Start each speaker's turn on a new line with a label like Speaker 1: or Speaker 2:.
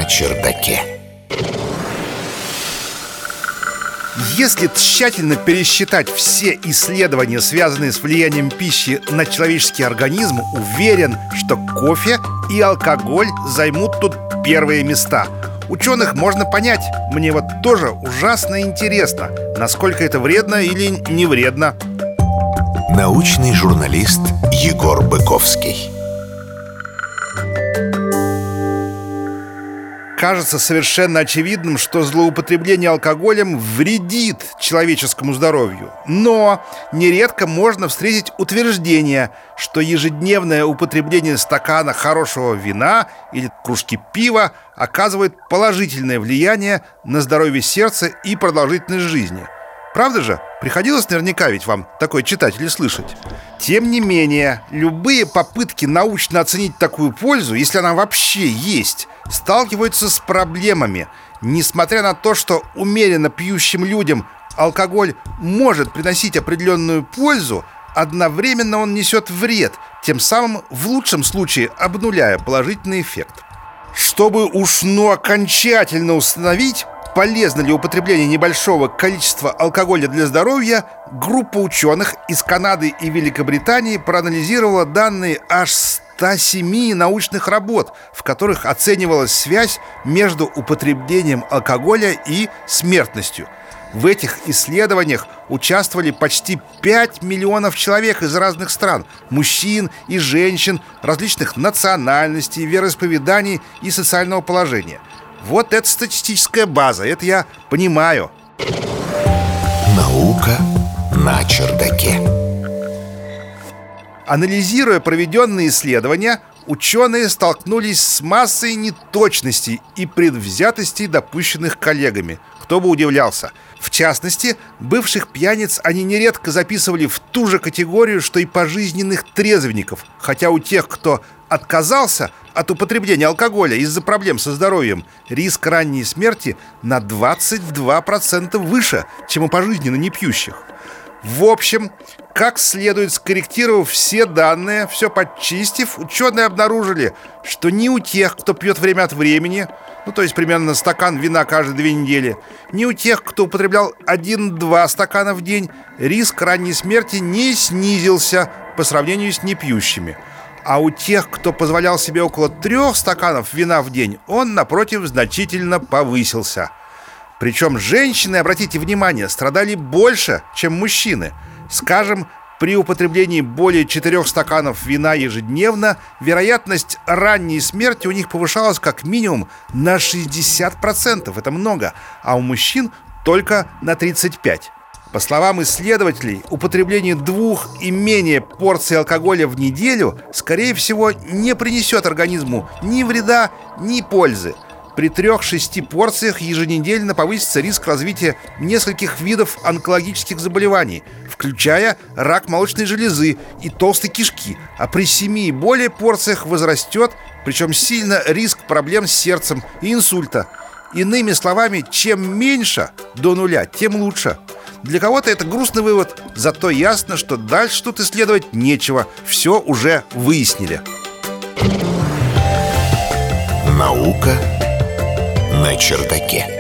Speaker 1: чердаке.
Speaker 2: Если тщательно пересчитать все исследования, связанные с влиянием пищи на человеческий организм, уверен, что кофе и алкоголь займут тут первые места. Ученых можно понять. Мне вот тоже ужасно интересно, насколько это вредно или не вредно.
Speaker 1: Научный журналист Егор Быковский.
Speaker 2: Кажется совершенно очевидным, что злоупотребление алкоголем вредит человеческому здоровью. Но нередко можно встретить утверждение, что ежедневное употребление стакана хорошего вина или кружки пива оказывает положительное влияние на здоровье сердца и продолжительность жизни. Правда же? Приходилось наверняка ведь вам такое читать или слышать. Тем не менее, любые попытки научно оценить такую пользу, если она вообще есть, сталкиваются с проблемами. Несмотря на то, что умеренно пьющим людям алкоголь может приносить определенную пользу, одновременно он несет вред, тем самым в лучшем случае обнуляя положительный эффект. Чтобы уж окончательно установить, полезно ли употребление небольшого количества алкоголя для здоровья, группа ученых из Канады и Великобритании проанализировала данные аж 107 научных работ, в которых оценивалась связь между употреблением алкоголя и смертностью. В этих исследованиях участвовали почти 5 миллионов человек из разных стран, мужчин и женщин, различных национальностей, вероисповеданий и социального положения. Вот это статистическая база, это я понимаю.
Speaker 1: Наука на чердаке.
Speaker 2: Анализируя проведенные исследования, ученые столкнулись с массой неточностей и предвзятостей, допущенных коллегами. Кто бы удивлялся. В частности, бывших пьяниц они нередко записывали в ту же категорию, что и пожизненных трезвенников. Хотя у тех, кто отказался от употребления алкоголя из-за проблем со здоровьем, риск ранней смерти на 22% выше, чем у пожизненно непьющих. В общем, как следует скорректировав все данные, все подчистив, ученые обнаружили, что ни у тех, кто пьет время от времени, то есть примерно стакан вина каждые 2 недели, ни у тех, кто употреблял 1-2 стакана в день, риск ранней смерти не снизился по сравнению с непьющими. А у тех, кто позволял себе около 3 стаканов вина в день, он, напротив, значительно повысился. Причем женщины, обратите внимание, страдали больше, чем мужчины. Скажем, при употреблении более 4 стаканов вина ежедневно вероятность ранней смерти у них повышалась как минимум на 60%. Это много. А у мужчин только на 35%. По словам исследователей, употребление 2 и менее порций алкоголя в неделю, скорее всего, не принесет организму ни вреда, ни пользы. При 3-6 порциях еженедельно повысится риск развития нескольких видов онкологических заболеваний, включая рак молочной железы и толстой кишки, а при 7 и более порциях возрастет, причем сильно, риск проблем с сердцем и инсульта. Иными словами, чем меньше до 0, тем лучше. Для кого-то это грустный вывод, зато ясно, что дальше тут исследовать нечего, все уже выяснили.
Speaker 1: Наука на чердаке.